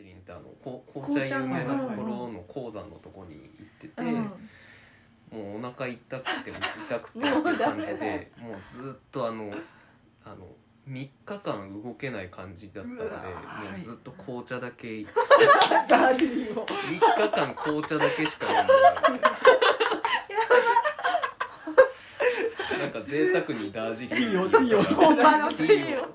ジリンって紅茶有名なところの鉱山のとこに行ってて、もうお腹痛くて痛くてっていう感じでもうずっと3日間動けない感じだったので、もうずっと紅茶だけダージリンを 3日間紅茶だけしか飲んでないなんか贅沢にダージリンティーを本場のティーを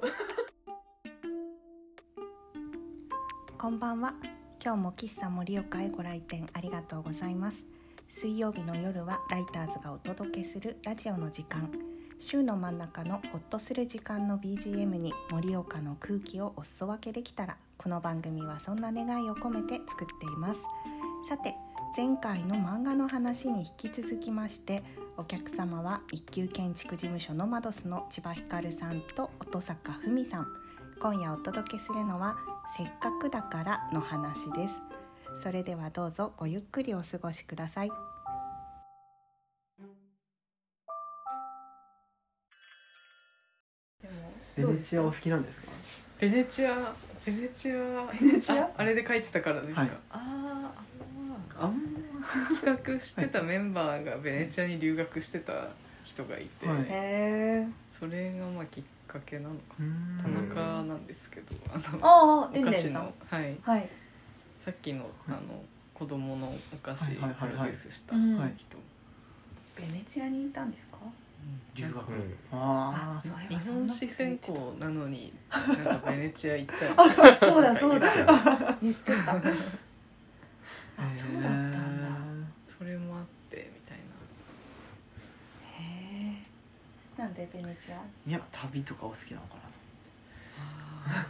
こんばんは。今日も喫茶盛岡へご来店ありがとうございます。水曜日の夜はライターズがお届けするラジオの時間、週の真ん中のホッとする時間の BGM に盛岡の空気をお裾分けできたら、この番組はそんな願いを込めて作っています。さて、前回の漫画の話に引き続きまして、お客様は一級建築事務所ノマドスの千葉ひかるさんと音坂文さん。今夜お届けするのはせっかくだからの話です。それではどうぞごゆっくりお過ごしください。 ベネチアお好きなんですか？ ベネチアあれで書いてたからですか、はい、企画してたメンバーがベネチアに留学してた人がいて、はい、それがまあきっかけなのか田中なんですけど、お菓子の、はいはい、さっきの子供のお菓子プロデュースした人、 ベネチアにいたんですか？ 留学、 日本史専攻なのになんかベネチア行ったりそうだ言ってたそうだったんだ。 それもあってみたいな。 へえ。なんでベネチア？ いや、旅とかお好きなのかなと思って。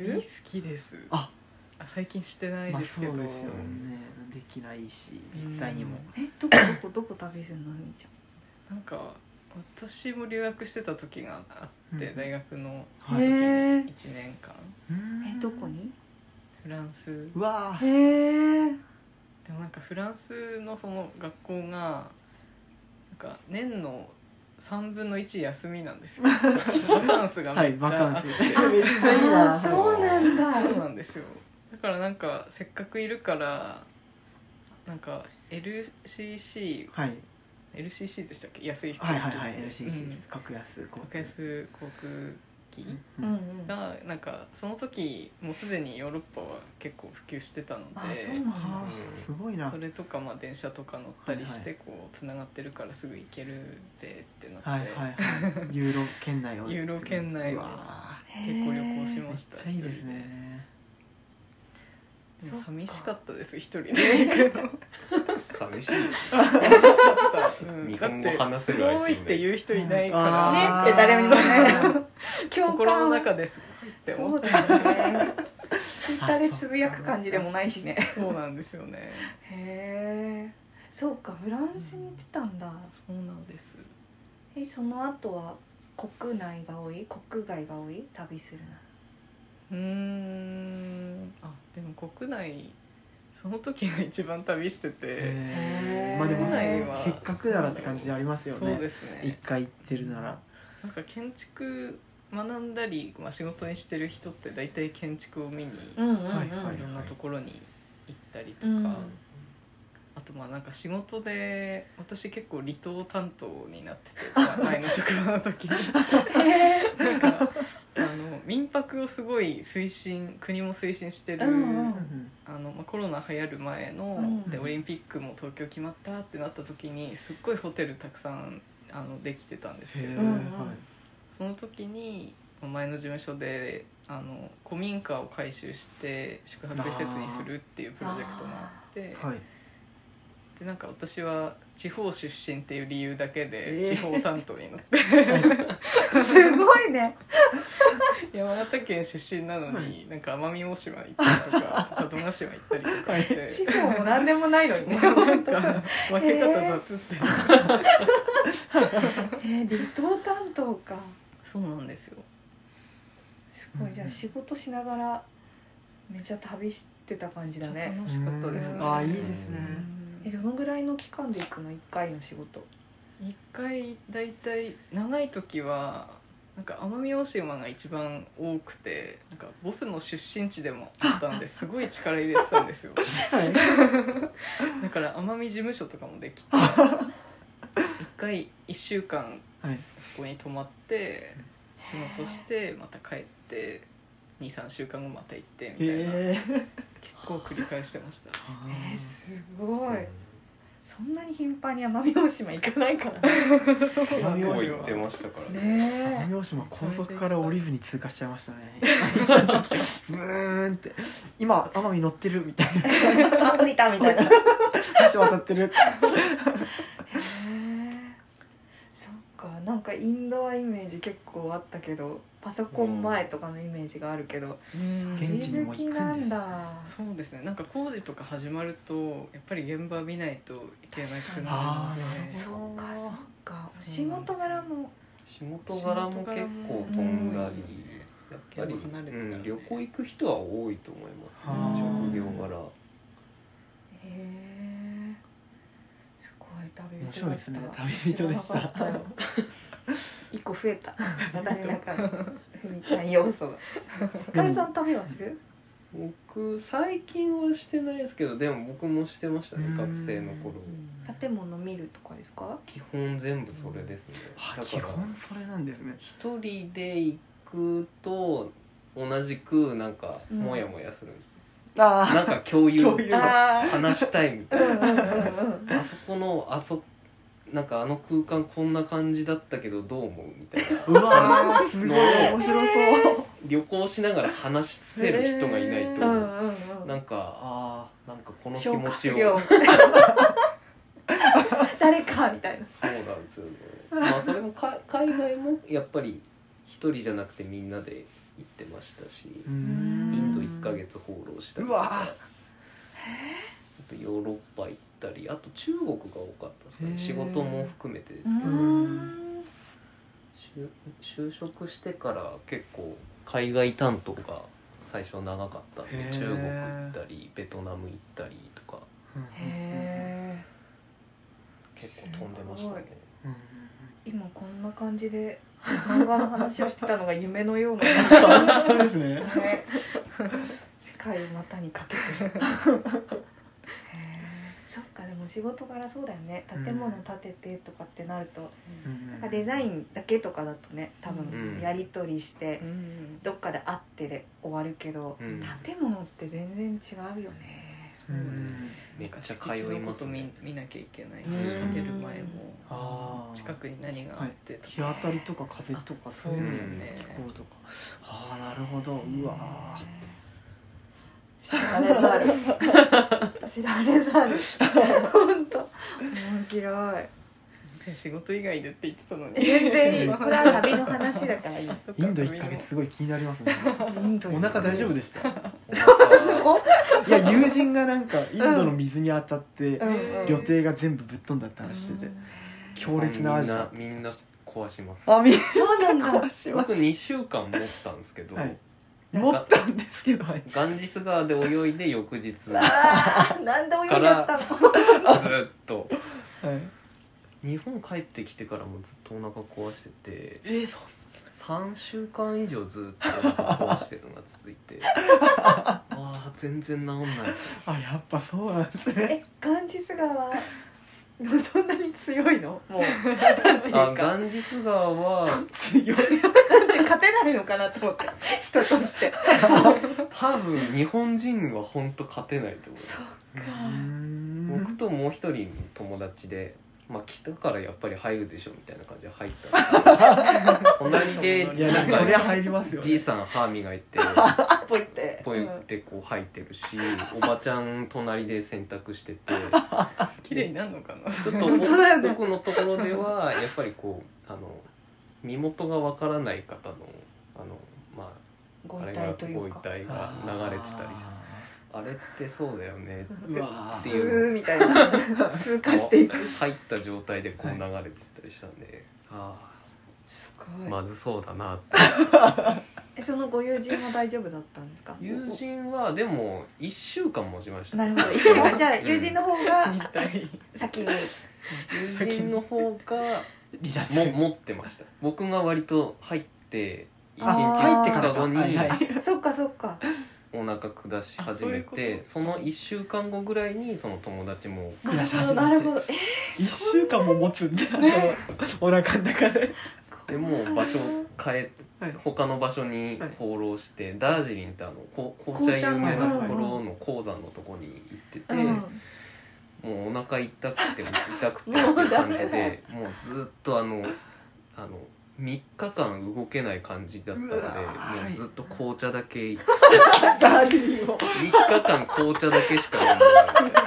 旅好きです。最近してないですけど、 そうですよね、できないし実際にも。 どこ旅するの？みーちゃん。 なんか私も留学してた時があって、大学の時に1年間、 どこに？ フランス。 うわへえ。 でもなんかフランスのその学校がなんか年の3分の1休みなんですよ。バカンスがめっちゃあって、 めっちゃいいな。 そうなんだ。 そうなんですよ。だからなんかせっかくいるからなんか LCC、LCC でしたっけ、安い飛行機、 LCC、格安航空機がなんかその時もうすでにヨーロッパは結構普及してたので、 すごいな。 それとかまあ電車とか乗ったりしてこうつながってるからすぐ行けるぜってなって、 ユーロ圏内を結構旅行しました。 めっちゃいいですね。 寂しかったです、一人で。 寂しい。日本語話せる相手って言う人いないからねって誰も言わない。 心の中ですって思って。 ツイッターでつぶやく感じでもないしね。 そうなんですよね。 へえ。そうか、フランスに行ってたんだ。 そうなんです。 その後は国内が多い、国外が多い、旅するな。 でも国内その時が一番旅してて、 まあでもせっかくならって感じありますよね。 そうですね。 一回行ってるなら。なんか建築学んだり、仕事にしてる人って大体建築を見にいろんなところに行ったりとか、あとなんか仕事で私結構離島担当になってて、前の職場の時になんか民泊をすごい国も推進してる、コロナ流行る前の、でオリンピックも東京決まったってなった時にすっごいホテルたくさんできてたんですけど、その時に前の事務所で古民家を改修して宿泊施設にするっていうプロジェクトがあって、でなんか私は地方出身っていう理由だけで地方担当になってすごいね。 山形県出身なのに、なんか奄美大島行ったりとか佐渡島行ったりとかして地方も何でもないのにね。 なんか分け方雑って離島担当か。 そうなんですよ。 すごい。じゃあ仕事しながらめっちゃ旅してた感じだね。 楽しかったですね。 いいですね。 どのぐらいの期間で行くの？1回の仕事。 1回だいたい長い時はなんか奄美大島が一番多くて、なんかボスの出身地でもあったんですごい力入れてたんですよはいだから奄美事務所とかもできて一回1週間はいそこに泊まって仕事してまた帰って2,3週間後また行ってみたいな、結構繰り返してました。 すごい。そんなに頻繁に奄美大島行かないからね。 そうなん結構ですよ行ってましたからね。 ね奄美大島高速から降りずに通過しちゃいましたねブーンって今奄美乗ってるみたいなあ、降りたみたいな。 橋渡ってるってそっか、なんかインドアイメージ結構あったけど、パソコン前とかのイメージがあるけど、 現地にも行くんです好きなんだ。 そうですね、なんか工事とか始まるとやっぱり現場見ないといけなくあーなるので、 そうかそうか。お仕そうなんですよ事柄も仕事柄も結構飛んだり、やっぱり、 結構離れてたらね旅行行く人は多いと思いますはあね、職業柄。 へえ。すごい旅面人だった。 白いですね旅人でした知らなかったよ一個増えた。私の中にふみちゃん要素が。かるさん旅はする？ 僕最近はしてないですけど、でも僕もしてましたね、学生の頃。 建物見るとかですか？ 基本全部それですね。だ基から本それなんですね一人で行くと同じくなんかモヤモヤするんです、 あなんか共有共有あ話したいみたいうんうんうんうん。 な、あそこのなんかあの空間こんな感じだったけどどう思うみたいなうわーすごい面白そう旅行しながら話せる人がいないと、 うんうんうん。 なんかなんかこの気消持ちを化不良誰かみたいな。 そうなんですよね。まあそれも海外もやっぱり一人じゃなくてみんなで行ってましたし、インド1ヶ月放浪したりとか、 うわあとヨーロッパ行ったり、あと中国が多かったですかね、仕事も含めてですけど、就職してから結構海外担当が最初長かったんで、中国行ったりベトナム行ったりとかへえ。 結構飛んでましたね。 今こんな感じで漫画の話をしてたのが夢のような本当ですねね、世界を股にかけてる。へえ。そっか、でも仕事柄そうだよね。建物建ててとかってなると、なんかデザインだけとかだとね、多分やり取りしてどっかで会ってで終わるけど、建物って全然違うよね。 そうですね、 めっちゃ通いますね。 見なきゃいけないし、建てる前もあー近くに何があってとか、 日当たりとか風とかそういうのそうですね気候とかああなるほどうわ知られざる知られざる本当面白い。 仕事以外でって言ってたのに全然いい。これは旅の話だからいい。 インド1ヶ月すごい気になりますねインドお腹大丈夫でしたい夫？ や友人がなんかインドの水に当たって旅程が全部ぶっ飛んだって話してて強烈な味だみんな壊します。 そうなんだ。 僕2週間持ったんですけど、 はい持ったんですけどはいガンジス川で泳いで翌日ずっなんで泳いじゃったの？ とはい日本帰ってきてからもずっとお腹壊してて、 そう 3週間以上ずっとお腹壊してるのが続いて全然治んない。 あやっぱそうなんですねガンジス川でもそんなに強いの？もうなんていうかガンジス川は強い勝てないのかなと思って人として。 多分日本人は本当勝てないと思います。僕ともう一人の友達で、来たからやっぱり入るでしょみたいな感じで入ったんですけど隣でいやなんかそりゃ入りますよじいさん歯磨いてポイってポイってこう入ってるし、おばちゃん隣で洗濯してて綺麗になるのかな。 ちょっと本当だよね僕のところではやっぱりこう身元がわからない方のご遺あれがご遺体というか体が流れてたりして、あれってそうだよねうわってスいうーみたいな通過していく。 入った状態でこう流れてたりしたんで、 すごい。 まずそうだなってそのご友人は大丈夫だったんですか？ 友人はでも1週間持ちました。 なるほど。一緒にじゃあ友人の方が見たい。 先に。 友人の方が離脱持ってました。僕が割と入っって1 入って日2日後にそっかそっか。 お腹下し始めて、その1週間後ぐらいにその友達も暮らし始めて、 なるほど。 1週間も持つんだ、お腹の中で。 でもう場所変えはい他の場所に放浪して、ダージリンって紅茶有名なところの鉱山のとこに行ってて、もうお腹痛くて痛くてっていう感じでもうずっと3日間動けない感じだったので、もうずっと紅茶だけダージリンを 3日間紅茶だけしか飲んでないみたい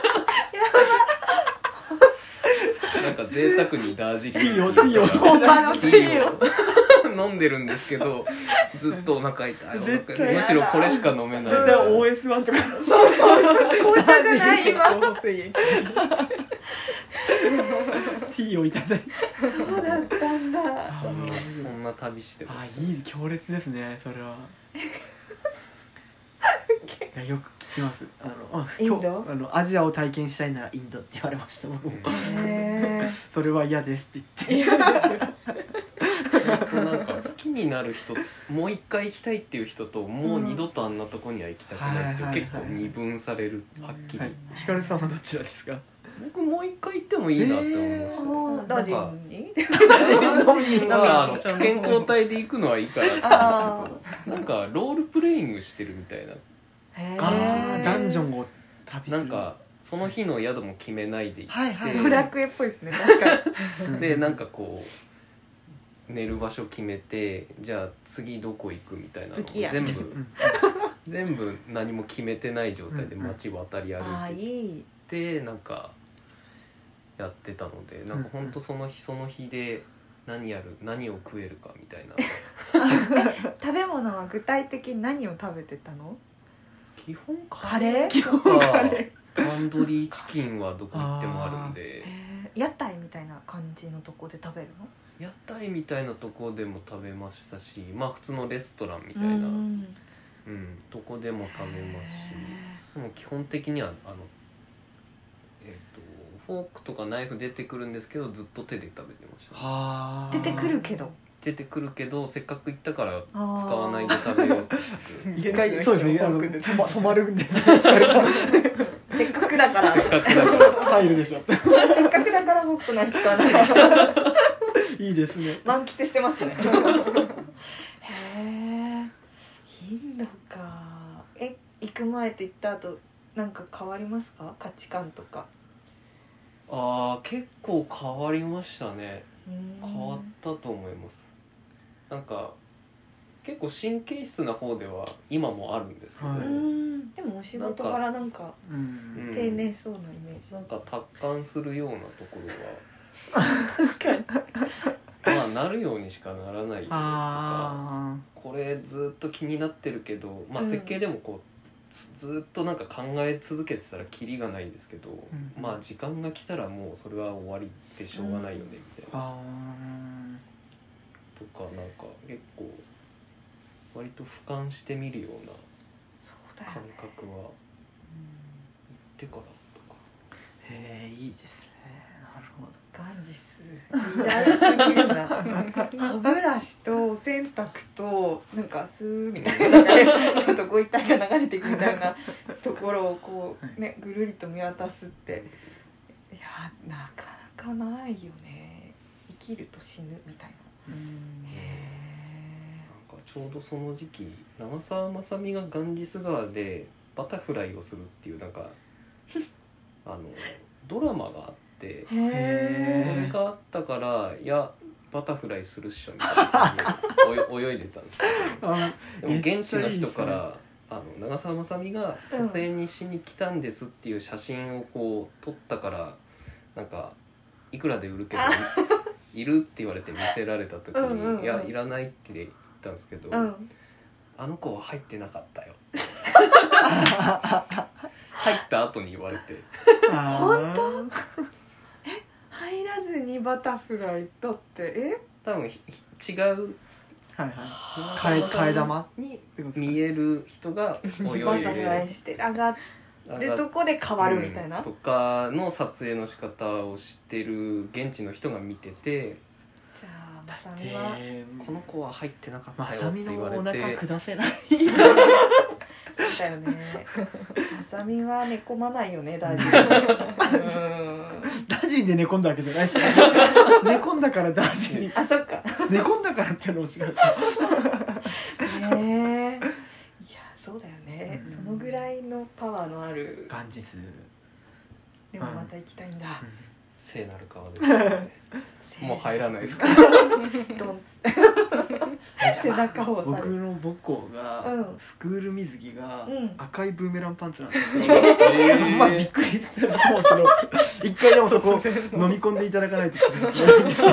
な。なんか贅沢にダージリンティーを本場のティーを飲んでるんですけど、ずっとお腹痛い絶対むしろこれしか飲めない。 絶対 OS1 とか紅茶じゃない今。 ティーをいただいて、 そうだったんだ。 そんな旅してました。 いい強烈ですねそれは。いやよく聞きます。 インドアジアを体験したいならインドって言われました僕も。 へそれは嫌ですって言って。 なんか好きになる人、もう一回行きたいっていう人と、もう二度とあんなとこには行きたくないって結構二分される、はっきり、 はい、ひかるさんはどちらですか？ 僕もう一回行ってもいいなって思いました、 ダージリンになんか健康体で行くのはいいかなって思うんですけど、なんかロールプレイングしてるみたいな、 ダンジョンを旅する。 なんかその日の宿も決めないで行って、 はいはいドラクエっぽいですね確かに。 でなんかこう寝る場所決めて、じゃあ次どこ行くみたいなのを全部何も決めてない状態で街渡り歩いていい。 て、なんかやってたので、なんかほんとその日で何を食えるかみたいな。 食べ物は具体的に何を食べてたの？ 基本カレーとかタンドリーチキンはどこ行ってもあるんで、 屋台みたいな感じのとこで食べるの？ 屋台みたいなとこでも食べましたし、まあ普通のレストランみたいなとこでも食べますし、でも基本的にはフォークとかナイフ出てくるんですけど、ずっと手で食べてました、 出てくるけどせっかく行ったから使わないで食べようって一回そうですね、止まるんでせっかくだから入るでしょせっかくだからフォークとナイフ使わないいいですね、 満喫してますねへえ、インドか。行く前と行った後なんか変わりますか？価値観とか。 結構変わりましたね。変わったと思います。なんか結構神経質な方では今もあるんですけど、 でもお仕事柄なんか丁寧そうなイメージ。 なんか達観するようなところは確かにまあなるようにしかならないよとか、これずっと気になってるけど、まあ設計でもこうずっとなんか考え続けてたらキリがないんですけど、まあ時間が来たらもうそれは終わりでしょうがないよねみたいな、とかなんか結構割と俯瞰してみるような感覚は行ってからとか。 へえ、いいですね。なるほど。 ガンジス偉大すぎるな歯ブラシとお洗濯となんかスーみたいなちょっとご遺体が流れていくみたいなところをこうねぐるりと見渡すって、いやなかなかないよね。生きると死ぬみたいな。 なんかちょうどその時期長澤まさみがガンジス川でバタフライをするっていうなんかドラマがあって、それがあったからバタフライするっしょみたいな感じで泳いでたんですけどでも現地の人から長澤まさみが撮影にしに来たんですっていう写真をこう撮ったからなんかいくらで売るけどいるって言われて見せられた時にいやいらないって言ったんですけど、あの子は入ってなかったよ入った後に言われて本当入らずにバタフライだって多分違う替え玉に見える人が泳いでバタフライして上がるとこで変わるみたいな、 とかの撮影の仕方をしてる現地の人が見てて、 じゃあまさみはこの子は入ってなかったまよってさみの言われて、 お腹下せないそうだよね。まさみは寝込まないよね、ダジダジーで寝込んだわけじゃないです寝込んだからダジーにあ、そっか。 寝込んだからっていうのも違うねえ。いや、そうだよね。そのぐらいのパワーのある。 ガンジスでもまた行きたいんだ。 聖なる川ですね。もう入らないですか。 ドンツ背中を押さ僕れる。 の母校が、スクール水着が赤いブーメランパンツなんですよ、まあびっくりすると思うけど一回でもそこ飲み込んでいただかないとないんですけど分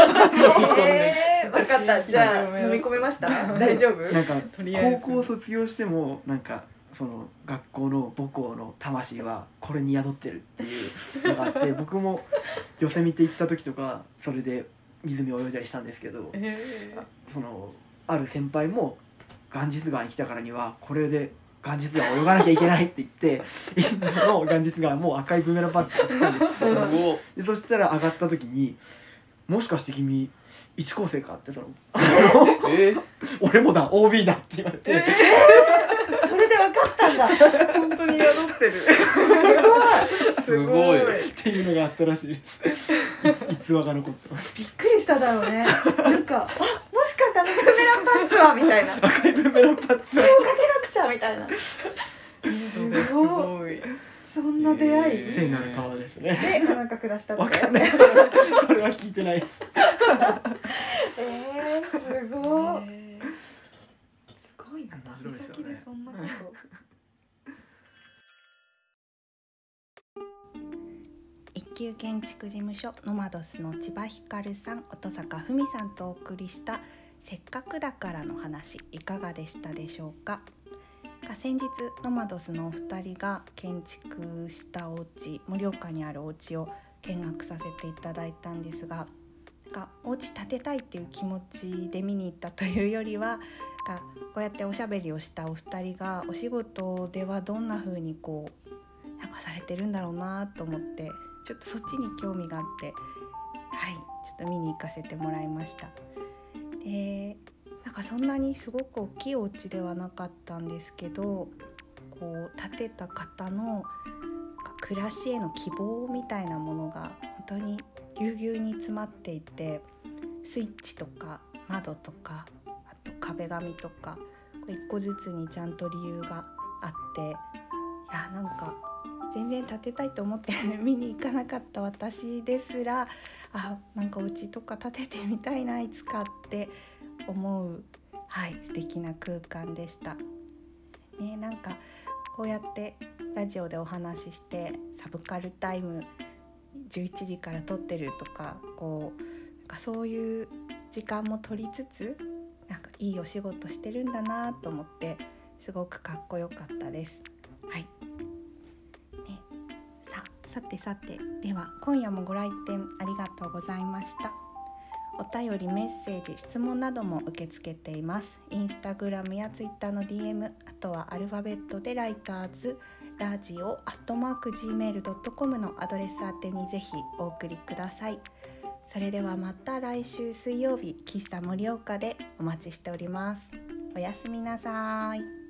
かった。じゃあ飲み込めました？大丈夫？ なんかとりあえず高校卒業してもなんかその学校の母校の魂はこれに宿ってるっていうのがあって僕も寄せ見て行った時とかそれで湖を泳いだりしたんですけど、そのある先輩もガンジス川に来たからにはこれでガンジス川を泳がなきゃいけないって言ってインドのガンジス川も赤いブーメランパンツを買ったんですよでそしたら上がった時にもしかして君一高生かってその俺もだ OB だって言われて、 それで分かったんだ。 本当に宿ってる。 すごいっていうのがあったらしいです逸話が残ってます。 びっくりしただろうね。なんか、あ、もしかしてブーメランパンツはみたいな。 赤いブーメランパンツこれをかけなくちゃみたいな。 すごい。 そんな出会い。 聖なる川ですね。 で、お腹下したって。 わかんない。それは聞いてないです。 すごい。すごいな。 面白いですよね旅先でそんなこと。一級建築事務所ノマドスの千葉ひかるさん、音坂文さんとお送りしたせっかくだからの話、いかがでしたでしょうか。先日ノマドスのお二人が建築したお家、盛岡にあるお家を見学させていただいたんですが、お家建てたいっていう気持ちで見に行ったというよりは、こうやっておしゃべりをしたお二人がお仕事ではどんな風にこうなんかされてるんだろうなと思って、ちょっとそっちに興味があって、はい、ちょっと見に行かせてもらいました。で、なんかそんなにすごく大きいお家ではなかったんですけど、こう建てた方の暮らしへの希望みたいなものが本当にぎゅうぎゅうに詰まっていて、スイッチとか窓とかあと壁紙とか一個ずつにちゃんと理由があって、いや、なんか全然建てたいと思って見に行かなかった私ですら、なんかお家とか建ててみたいな、いつかって思う、はい、素敵な空間でした、ね。なんかこうやってラジオでお話ししてサブカルタイム11時から撮ってるとか、こうなんかそういう時間も取りつつ、なんかいいお仕事してるんだなと思って、すごくかっこよかったです。はい、ね、さてでは今夜もご来店ありがとうございました。お便り、メッセージ、質問なども受け付けています。インスタグラムやツイッターの DM、 あとはアルファベットでライターズラジオ@gmail.com のアドレス宛てにぜひお送りください。それではまた来週水曜日、喫茶盛岡でお待ちしております。おやすみなさい。